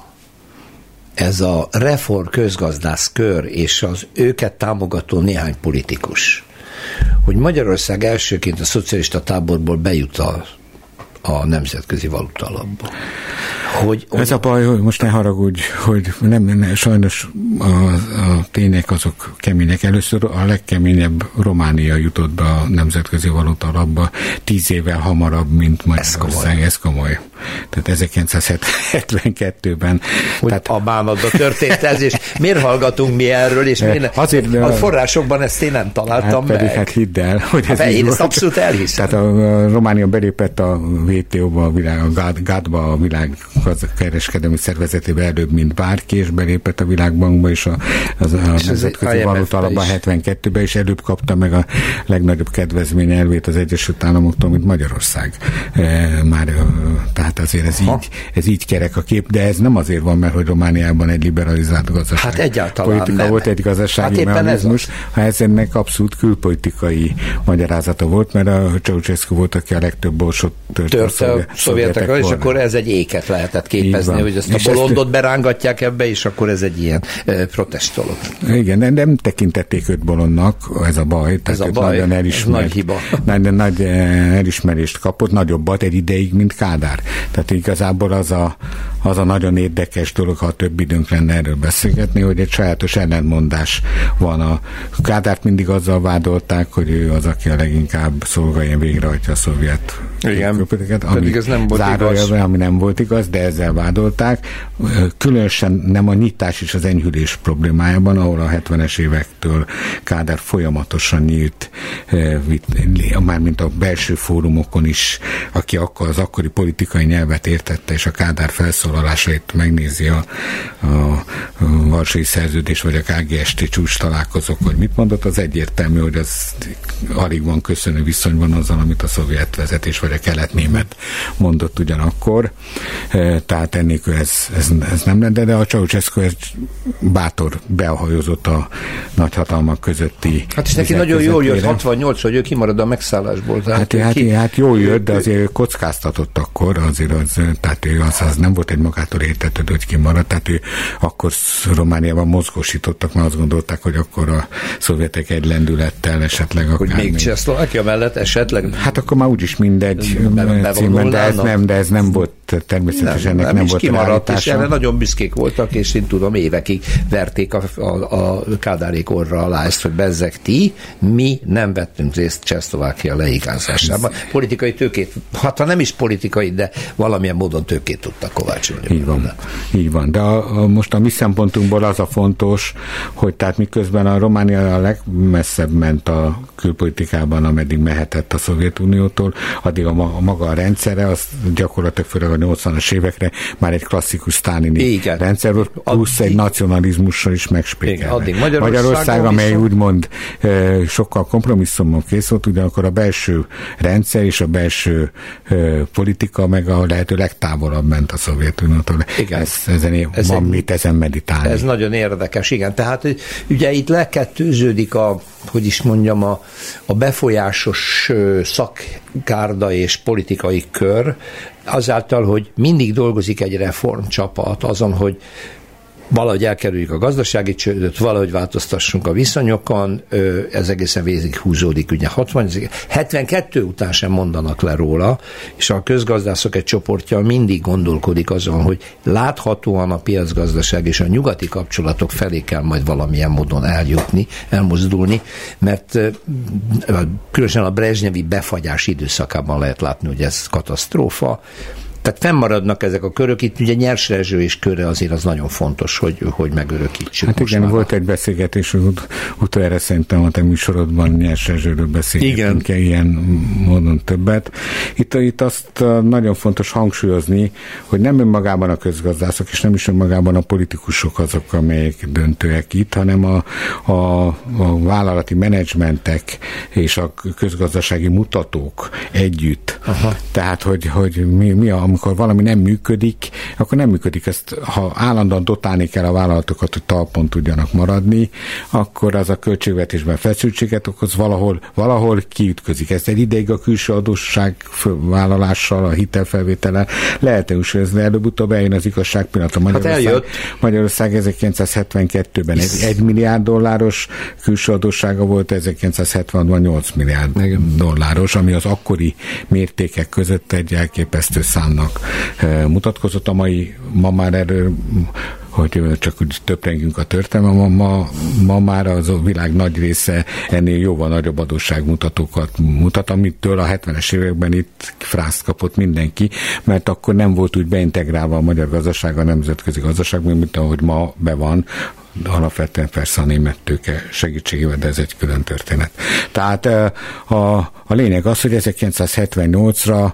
ez a reform közgazdász kör és az őket támogató néhány politikus, hogy Magyarország elsőként a szocialista táborból bejut a, a nemzetközi valuta alapba? Hogy, ez a baj, hogy most ne haragudj, hogy nem, nem sajnos a, a tények azok kemények. Először a legkeményebb Románia jutott be a nemzetközi valuta alapba tíz évvel hamarabb, mint Magyarország. Ez komoly. Tehát ezerkilencszázhetvenkettőben. Hogy tehát, a bánatban történt ez, és miért hallgatunk mi erről, és miért azért, a forrásokban ezt én nem találtam hát pedig, meg. Hát hidd el, hogy ez hát, így én volt. Ezt abszolút elhiszem. Tehát a, a Románia belépett a vé té ó-ba, a világ, a gátba, a világ kereskedelmi szervezetébe előbb, mint bárki, és belépett a Világbankba, és a, az, a nemzetközi valuta alapban hetvenkettőben, és előbb kapta meg a legnagyobb kedvezmény elvét az Egyesült Államoktól, mint Magyarország. E, már, tehát azért ez így, ez így kerek a kép, de ez nem azért van, mert hogy Romániában egy liberalizált gazdaság. Hát egyáltalán politika nem. volt, egy gazdasági hát mechanizmus, ez ha ez ennek abszolút külpolitikai magyarázata volt, mert a Ceausescu volt, aki a legtöbb borsot tört a, a szovjetek, és akkor ez egy éket lehetett képezni, hogy ezt a bolondot ezt berángatják ebbe, és akkor ez egy ilyen e, protestolog. Igen, de nem tekintették őt bolondnak, ez a baj. Ez a baj, nagyon elismert, ez nagy hiba. Nagy, nagy elismerést kapott, nagyobbat egy ideig, mint Kádár. Tehát igazából az a, az a nagyon érdekes dolog, ha több időnk lenne erről beszélgetni, hogy egy sajátos ellentmondás van. A Kádárt mindig azzal vádolták, hogy ő az, aki a leginkább szolgálja végrehajtja a szovjet külpolitikát, ami, ez nem volt igaz. ami nem volt igaz, de ezzel vádolták. Különösen nem a nyitás és az enyhülés problémájában, ahol a hetvenes évektől Kádár folyamatosan nyílt, mármint a belső fórumokon is, aki akkor az akkori politikai nyelvet értette, és a Kádár felszólalásait megnézi a, a Varsói Szerződés vagy a ká gé es té csúcs találkozók, hogy mit mondott, az egyértelmű, hogy az alig van köszönő viszonyban azzal, amit a szovjet vezetés vagy a kelet-német mondott ugyanakkor. Tehát ennélkül ez, ez, ez nem lenne, de a Ceausescu bátor behajózott a nagyhatalmak közötti. Hát és neki nagyon jól jött hatvannyolc, hogy ő kimarad a megszállásból. Hát, hát, ki... hát jól jött, de azért ő kockáztatott akkor, azért az, tehát ő az, az nem volt egy magától értetődő, hogy kimaradt, tehát ő akkor Romániában mozgósítottak, mert azt gondolták, hogy akkor a szovjetek egy lendülettel esetleg hogy még Csehszlovákia mellett esetleg hát akkor már úgyis mindegy címben, de ez nem, de ez nem volt természetesen, nem, ennek nem, nem volt kimaradt, és erre nagyon büszkék voltak, és én tudom, évekig verték a, a, a Kádárék orra alá ezt, hogy bezzeg ti, mi nem vettünk részt Csehszlovákia leigázásában. Politikai tőkét, hát ha nem is politikai, de valamilyen módon tőkét tudtak kovácsolni. Így van, így van. De a, a, most a mi szempontunkból az a fontos, hogy tehát miközben a Románia a legmesszebb ment a külpolitikában, ameddig mehetett a Szovjetuniótól, addig a, a maga a rendszere, az gyakorlatilag főleg a nyolcvanas évekre már egy klasszikus sztálini rendszer volt, plusz addig, egy nacionalizmussal is megspékelve. Magyarország, Magyarország amely viszont... úgymond e, sokkal kompromisszummal kész volt, ugyanakkor a belső rendszer és a belső e, politika meg a lehető legtávolabb ment a Szovjetuniótól. Ez, ezen ez van egy, mit ezen meditálni. Ez nagyon érdekes, igen. Tehát ugye itt lekettőződik a, hogy is mondjam, a, a befolyásos szakgárda és politikai kör, azáltal, hogy mindig dolgozik egy reformcsapat azon, hogy valahogy elkerüljük a gazdasági csődöt, valahogy változtassunk a viszonyokon, ez egészen végig húzódik, ugye hatvan, hetvenkettő után sem mondanak le róla, és a közgazdászok egy csoportja mindig gondolkodik azon, hogy láthatóan a piacgazdaság és a nyugati kapcsolatok felé kell majd valamilyen módon eljutni, elmozdulni, mert különösen a Brezsnyevi befagyás időszakában lehet látni, hogy ez katasztrófa. Tehát fennmaradnak ezek a körök, itt ugye Nyers Rezső és köre azért az nagyon fontos, hogy, hogy megörökítsük. Hát igen, volt egy beszélgetés, ut- utoljára szerintem a te műsorodban Nyers Rezsőről beszélgetünk ilyen módon többet. Itt, itt azt nagyon fontos hangsúlyozni, hogy nem önmagában a közgazdászok, és nem is önmagában a politikusok azok, amelyek döntőek itt, hanem a, a, a vállalati menedzsmentek és a közgazdasági mutatók együtt. Aha. Tehát, hogy, hogy mi, mi a amikor valami nem működik, akkor nem működik. Ezt, ha állandóan dotálni kell a vállalatokat, hogy talpon tudjanak maradni, akkor az a költségvetésben feszültséget okoz, valahol, valahol kiütközik. Ez egy ideig a külső adósság vállalással, a hitelfelvétellel lehet elúsízni, előbb-utóbb eljön az igazság pillanatra. Magyarország, hát Magyarország ezerkilencszázhetvenkettőben egy, egy milliárd dolláros külső adóssága volt, ezerkilencszázhetvanban nyolc milliárd dolláros, ami az akkori mértékek között egy elképesztő számnak mutatkozott. A mai, ma már erről, hogy csak úgy töprengünk a történelme, ma, ma, ma már az a világ nagy része ennél jóval nagyobb adósságmutatókat mutat, amitől a hetvenes években itt frászt kapott mindenki, mert akkor nem volt úgy beintegrálva a magyar gazdaság a nemzetközi gazdaságban, mint ahogy ma be van, alapvetően persze a német tőke segítségével, de ez egy külön történet. Tehát a, a lényeg az, hogy ezerkilencszázhetvennyolcra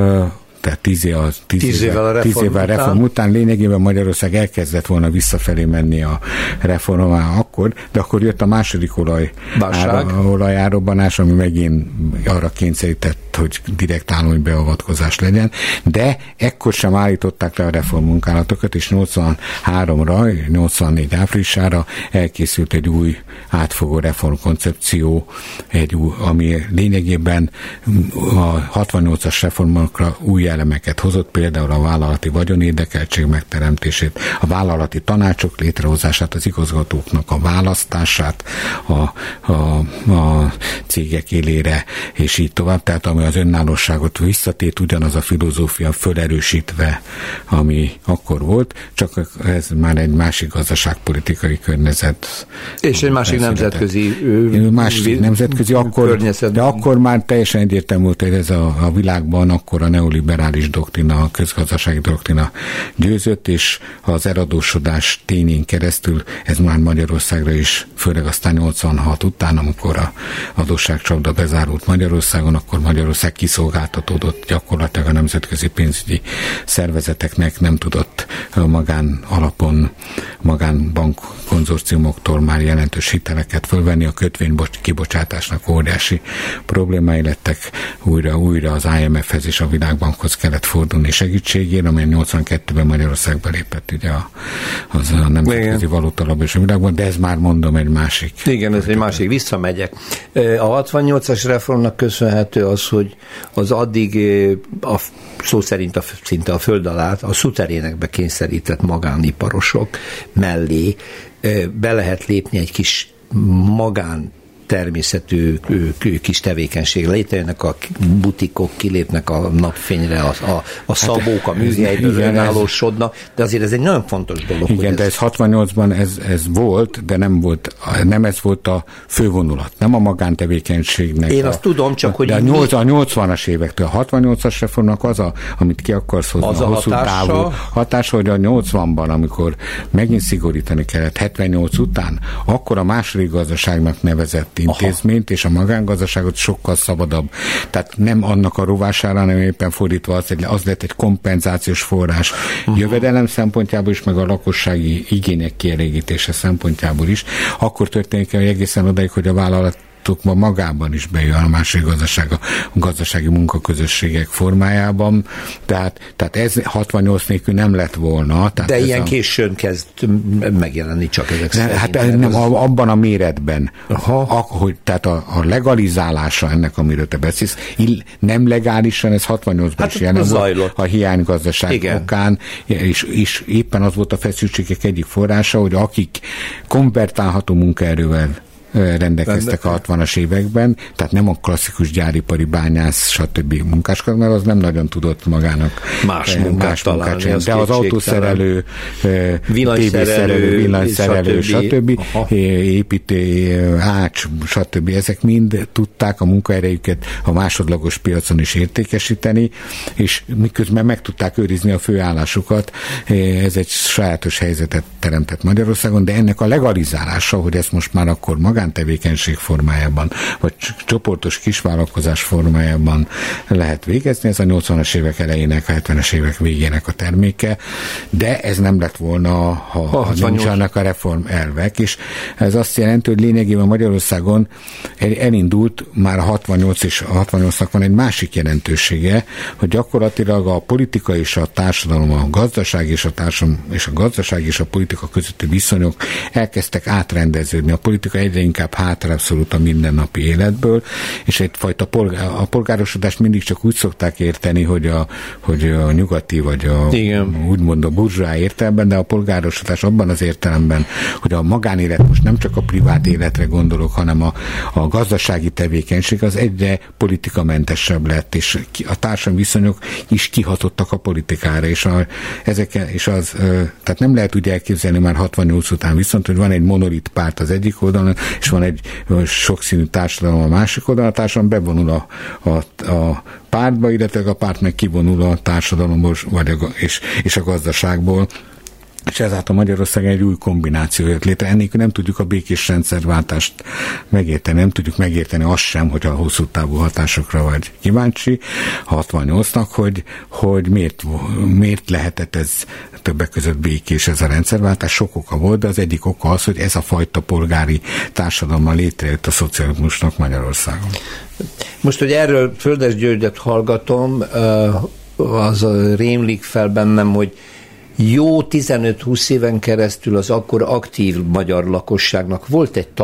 tehát tíz, év, tíz, tíz évvel, évvel, tíz évvel reform, reform után lényegében Magyarország elkezdett volna visszafelé menni a reformmal akkor, de akkor jött a második olaj olajárobbanás, ami megint arra kényszerített, hogy direkt állami beavatkozás legyen, de ekkor sem állították le a reformmunkálatokat, és nyolcvanháromra, nyolcvannégy áprilisára elkészült egy új átfogó reformkoncepció, egy új, ami lényegében a hatvannyolcas reformokra új elemeket hozott, például a vállalati vagyonérdekeltség megteremtését, a vállalati tanácsok létrehozását, az igazgatóknak a választását a, a, a cégek élére, és így tovább. Tehát ami az önállóságot visszatért, ugyanaz a filozófia fölerősítve, ami akkor volt, csak ez már egy másik gazdaságpolitikai környezet. És egy másik nemzetközi másik nemzetközi, akkor, de akkor már teljesen egyértelmű volt, hogy ez a, a világban akkor a neoliberális doktrina, a közgazdasági doktrina győzött, és az eladósodás tényén keresztül ez már Magyarországra is, főleg aztán nyolcvanhat után, amikor a adósságcsapda bezárult Magyarországon, akkor Magyarország kiszolgáltatódott gyakorlatilag a nemzetközi pénzügyi szervezeteknek, nem tudott magán alapon, magánbank konzorciumoktól már jelentős hiteleket fölvenni, a kötvény kibocsátásnak óriási problémái lettek, újra, újra az I M F-hez és a Világbankhoz kellett fordulni segítségére, amely nyolcvankettőben Magyarországba lépett ugye a, az a nemzetközi valutalap és a Világban, de ez már mondom egy másik. Igen, ez egy másik, visszamegyek. A hatvannyolcas reformnak köszönhető az, hogy az addig a, szó szerint a, szinte a föld alá a szuterénekbe kényszerített magániparosok mellé be lehet lépni egy kis magán természetű kis tevékenység. Létrejönnek a butikok, kilépnek a napfényre, a, a, a szabók, a műhelyből önállósodnak, de azért ez egy nagyon fontos dolog. Igen, de ez, ez hatvannyolcban ez, ez volt, de nem volt, nem ez volt a fővonulat, nem a magántevékenységnek. Én a, azt tudom, csak hogy... De a, nyolc, a nyolcvanas évektől, a hatvannyolcas reformnak az, a, amit ki akarsz hozni, az a, a hosszú hatása, távú hatása, hogy a nyolcvanban, amikor megint szigorítani kellett, hetvennyolc után, akkor a második gazdaságnak nevezett intézményt, és a magángazdaságot sokkal szabadabb. Tehát nem annak a rovására, hanem éppen fordítva az, az lett egy kompenzációs forrás uh-huh. jövedelem szempontjából is, meg a lakossági igények kielégítése szempontjából is. Akkor történik el egészen odaig, hogy a vállalat ma magában is bejön a másik gazdaság, a gazdasági munkaközösségek formájában. Tehát, tehát ez hatvannyolc nélkül nem lett volna. Tehát de ilyen a... későn kezd megjelenni csak ezek ne, szerint. Hát nem, abban a méretben. Aha. A, hogy, tehát a, a legalizálása ennek, amiről te beszélsz, ill, nem legálisan, ez hatvannyolcban hát is jelen volt a hiánygazdaság Igen. okán, és, és éppen az volt a feszültségek egyik forrása, hogy akik konvertálható munkaerővel rendelkeztek a hatvanas években, tehát nem a klasszikus gyáripari bányász, stb. Munkáskat, mert az nem nagyon tudott magának más munkát, más munkát találni, az de az autószerelő, tévészerelő, villanyszerelő, stb. építő, ács, stb. Ezek mind tudták a munkaerejüket a másodlagos piacon is értékesíteni, és miközben meg tudták őrizni a főállásukat. Ez egy sajátos helyzetet teremtett Magyarországon, de ennek a legalizálása, hogy ezt most már akkor magán tevékenység formájában, vagy csoportos kisvállalkozás formájában lehet végezni. Ez a nyolcvanas évek elejének, a hetvenes évek végének a terméke, de ez nem lett volna, ha, ha nincsenek a reform elvek, és ez azt jelenti, hogy lényegében Magyarországon elindult már a hatvannyolc, és a hatvannyolcnak van egy másik jelentősége, hogy gyakorlatilag a politika és a társadalom, a gazdaság és a társadalom, és a gazdaság és a politika közötti viszonyok elkezdtek átrendeződni. A politika egyre inkább hátrább szorult a mindennapi életből, és egyfajta polgár, a polgárosodást mindig csak úgy szokták érteni, hogy a, hogy a nyugati, vagy a Igen. úgymond a burzsóá értelemben, de a polgárosodás abban az értelemben, hogy a magánélet most nem csak a privát életre gondolok, hanem a, a gazdasági tevékenység az egyre politikamentesebb lett, és a társadalmi viszonyok is kihatottak a politikára, és, a, ezek, és az, tehát nem lehet úgy elképzelni már hatvannyolc után viszont, hogy van egy monolit párt az egyik oldalon, és van egy sokszínű társadalom a másik oldalon, a társadalom bevonul a, a, a pártba, illetve a párt meg kivonul a társadalomból vagy a, és, és a gazdaságból. És ezáltal Magyarország egy új kombináció jött létre. Ennélkül nem tudjuk a békés rendszerváltást megérteni, nem tudjuk megérteni azt sem, hogy a hosszú távú hatásokra vagy kíváncsi hatvannyolcnak, hogy, hogy miért, miért lehetett ez többek között békés ez a rendszerváltás. Sok oka volt, de az egyik oka az, hogy ez a fajta polgári társadalommal létrejött a szocializmusnak Magyarországon. Most, hogy erről Földes Györgyet hallgatom, az rémlik fel bennem, hogy jó tizenöt-húsz éven keresztül az akkor aktív magyar lakosságnak volt egy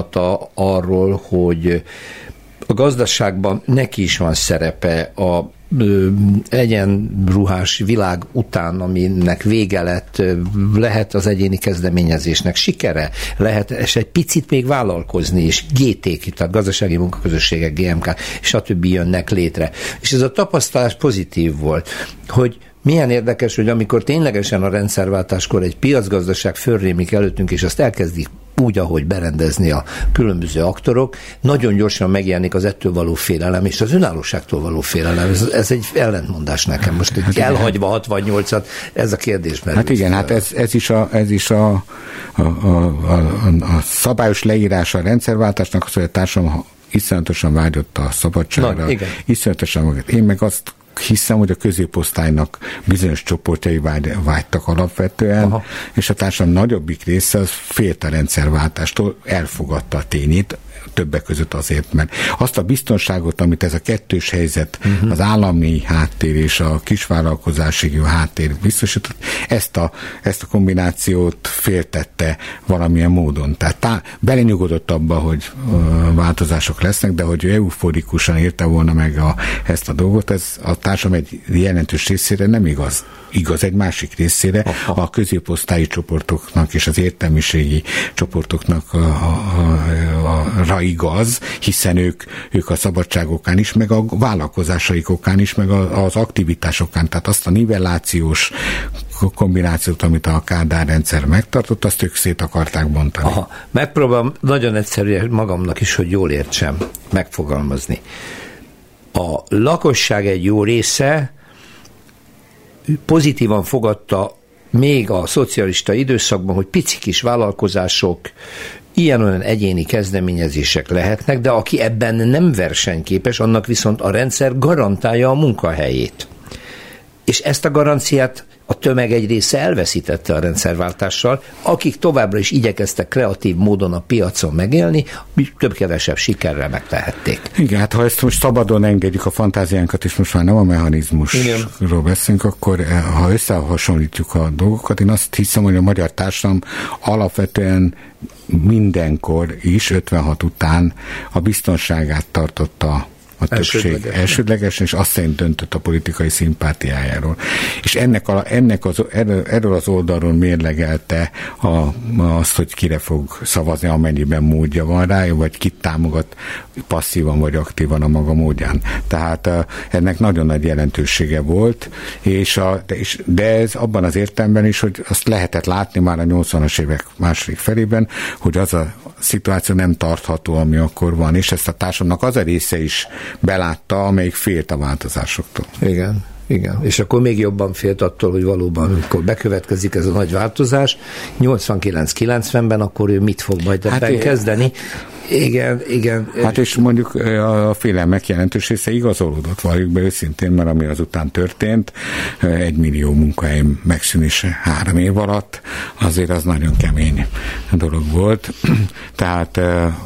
tapasztalata arról, hogy a gazdaságban neki is van szerepe, a egyenruhás világ után, aminek vége lett, lehet az egyéni kezdeményezésnek sikere, lehet és egy picit még vállalkozni, és gé té-k, tehát gazdasági munkaközösségek, gé em ká, stb. Jönnek létre. És ez a tapasztalás pozitív volt, hogy milyen érdekes, hogy amikor ténylegesen a rendszerváltáskor egy piacgazdaság fölrémik előttünk, és azt elkezdik úgy, ahogy berendezni a különböző aktorok, nagyon gyorsan megjelenik az ettől való félelem, és az önállóságtól való félelem. Ez, ez egy ellentmondás nekem. Most egy hát elhagyva hatvannyolcat, ez a kérdésben. Hát igen, hát ez, ez is, a, ez is a, a, a, a, a szabályos leírása a rendszerváltásnak, az, hogy a társadalom iszonyatosan vágyott a szabadságra. Na, iszonyatosan magát. Én meg azt hiszem, hogy a középosztálynak bizonyos csoportjai vágy, vágytak alapvetően, aha, és a társadalom nagyobbik része az félt a rendszerváltástól, elfogadta a tényét, többek között azért, mert azt a biztonságot, amit ez a kettős helyzet, uh-huh. az állami háttér és a kisvállalkozási háttér biztosított, ezt a, ezt a kombinációt féltette valamilyen módon. Tehát tá, belenyugodott abba, hogy uh, változások lesznek, de hogy euforikusan érte volna meg a, ezt a dolgot, ez a társadalom egy jelentős részére nem igaz. Igaz egy másik részére, aha, a középosztályi csoportoknak és az értelmiségi csoportoknak a, a, a, a igaz, hiszen ők, ők a szabadságokán is, meg a vállalkozásaikokán is, meg az aktivitásokán, tehát azt a nivellációs kombinációt, amit a Kádár rendszer megtartott, azt ők szét akarták bontani. Aha, megpróbálom nagyon egyszerűen magamnak is, hogy jól értsem, megfogalmazni. A lakosság egy jó része pozitívan fogadta még a szocialista időszakban, hogy pici kis vállalkozások, ilyen-olyan egyéni kezdeményezések lehetnek, de aki ebben nem versenyképes, annak viszont a rendszer garantálja a munkahelyét. És ezt a garanciát a tömeg egy része elveszítette a rendszerváltással, akik továbbra is igyekeztek kreatív módon a piacon megélni, több-kevesebb sikerrel megtehették. Igen, hát ha ezt most szabadon engedjük a fantáziánkat, és most már nem a mechanizmusról beszélünk, akkor ha összehasonlítjuk a dolgokat, én azt hiszem, hogy a magyar társadalom alapvetően mindenkor is, ötvenhat után a biztonságát tartotta a többség elsődlegesen, és azt szerint döntött a politikai szimpátiájáról. És ennek a, ennek az, erről, erről az oldalról mérlegelte a, azt, hogy kire fog szavazni, amennyiben módja van rá, vagy kit támogat passzívan vagy aktívan a maga módján. Tehát ennek nagyon nagy jelentősége volt, és a, de, és, de ez abban az értelemben is, hogy azt lehetett látni már a nyolcvanas évek második felében, hogy az a szituáció nem tartható, ami akkor van, és ezt a társadalomnak az a része is belátta, amelyik félt a változásoktól. Igen, igen. És akkor még jobban félt attól, hogy valóban, amikor bekövetkezik ez a nagy változás, nyolcvankilenc-kilencvenben, akkor ő mit fog majd ebben hát kezdeni? Igen, igen. Hát és mondjuk a félelmek jelentős része igazolódott, valljuk be őszintén, mert ami azután történt, egy millió munkahely megszűnése három év alatt, azért az nagyon kemény dolog volt. Tehát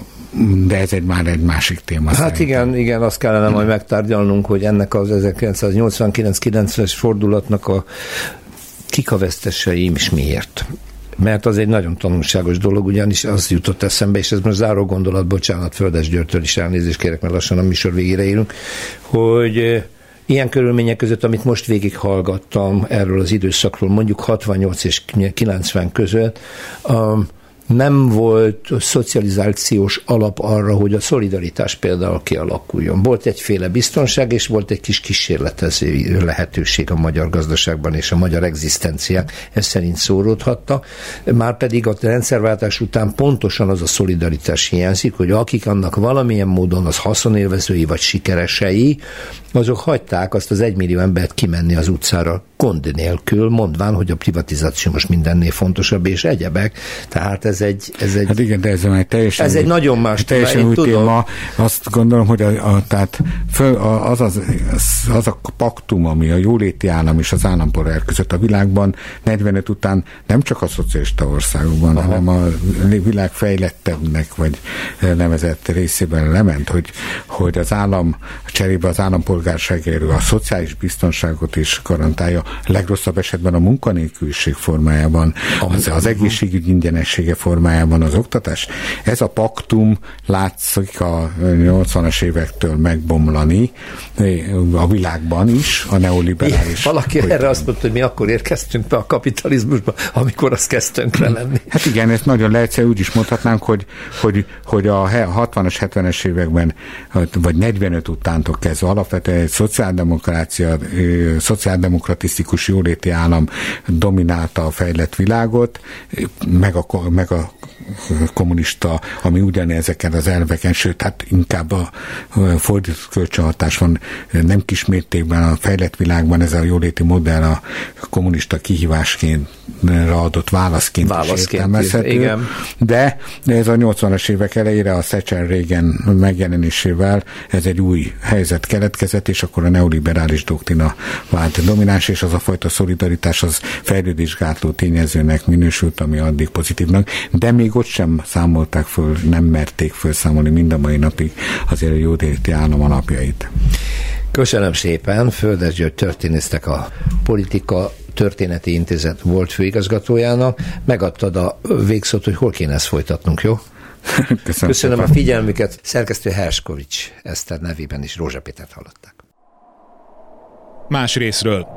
de ez egy már egy másik téma. Hát szerintem. igen, igen, azt kellene majd megtárgyalnunk, hogy ennek az ezerkilencszáznyolcvankilenc-kilencvenes fordulatnak a kikavesztesei is miért. Mert az egy nagyon tanulságos dolog, ugyanis az jutott eszembe, és ez most záró gondolat, bocsánat, Földes Györgytől is elnézést kérek, mert lassan a műsor végére érünk, hogy ilyen körülmények között, amit most végighallgattam erről az időszakról, mondjuk hatvannyolc és kilencven között, um, nem volt szocializációs alap arra, hogy a szolidaritás például kialakuljon. Volt egyféle biztonság, és volt egy kis kísérletező lehetőség a magyar gazdaságban, és a magyar egzisztenciák ez szerint szóródhatta. Márpedig a rendszerváltás után pontosan az a szolidaritás hiányzik, hogy akik annak valamilyen módon az haszonélvezői vagy sikeresei, azok hagyták azt az egymillió embert kimenni az utcára gond nélkül, mondván, hogy a privatizáció most mindennél fontosabb, és egyebek. Tehát ez egy... Ez egy hát igen, de ez egy teljesen... Ez egy úgy, nagyon más teljesen új téma. Azt gondolom, hogy a, a, tehát föl, a, az, az, az a paktum, ami a jóléti állam és az állampolgár között a világban negyvenöt után nem csak a szocialista országokban, aha, hanem a világ fejlettebbnek vagy nevezett részében lement, hogy, hogy az állam cserébe az állampolgárságéről a szociális biztonságot is garantálja, legrosszabb esetben a munkanélküliség formájában, az, az egészségügy ingyenessége formájában az oktatás. Ez a paktum látszik a nyolcvanas évektől megbomlani a világban is, a neoliberális. Valaki erre azt mondta, hogy mi akkor érkeztünk be a kapitalizmusba, amikor azt kezdtünk le lenni. Hát igen, ezt nagyon leegyszerű, úgy is mondhatnánk, hogy, hogy, hogy a hatvanas, hetvenes években, vagy negyvenöt utántól kezdve alapvetően egy szociáldemokrácia, szociáldemokratisztikus jóléti állam dominálta a fejlett világot, meg a, meg a kommunista, ami ugyanezeken az elveken, sőt, hát inkább a fordított kölcsönhatás van, nem kismértékben a fejlett világban ez a jóléti modell a kommunista kihívásként adott válaszként, válaszként is értelmezhető. Igen. De ez a nyolcvanas évek elejére a Thatcher Reagan megjelenésével ez egy új helyzet keletkezett, és akkor a neoliberális doktrina vált domináns, és az a fajta szolidaritás az fejlődésgátló tényezőnek minősült, ami addig pozitívnak, de még ott sem számolták föl, nem merték felszámolni mind a mai napig azért a jóléti állam alapjait. Köszönöm szépen, Földes György történésznek, a Politika Történeti Intézet volt főigazgatójának. Megadtad a végszót, hogy hol kéne ezt folytatnunk, jó? Köszönöm, Köszönöm a figyelmüket. Szerkesztő Herskovics Eszter nevében is Rózsa Pétert hallották. Más részről.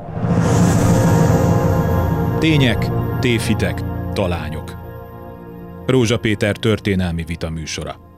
Tények, tévhitek, talányok. Rózsa Péter történelmi vita műsora.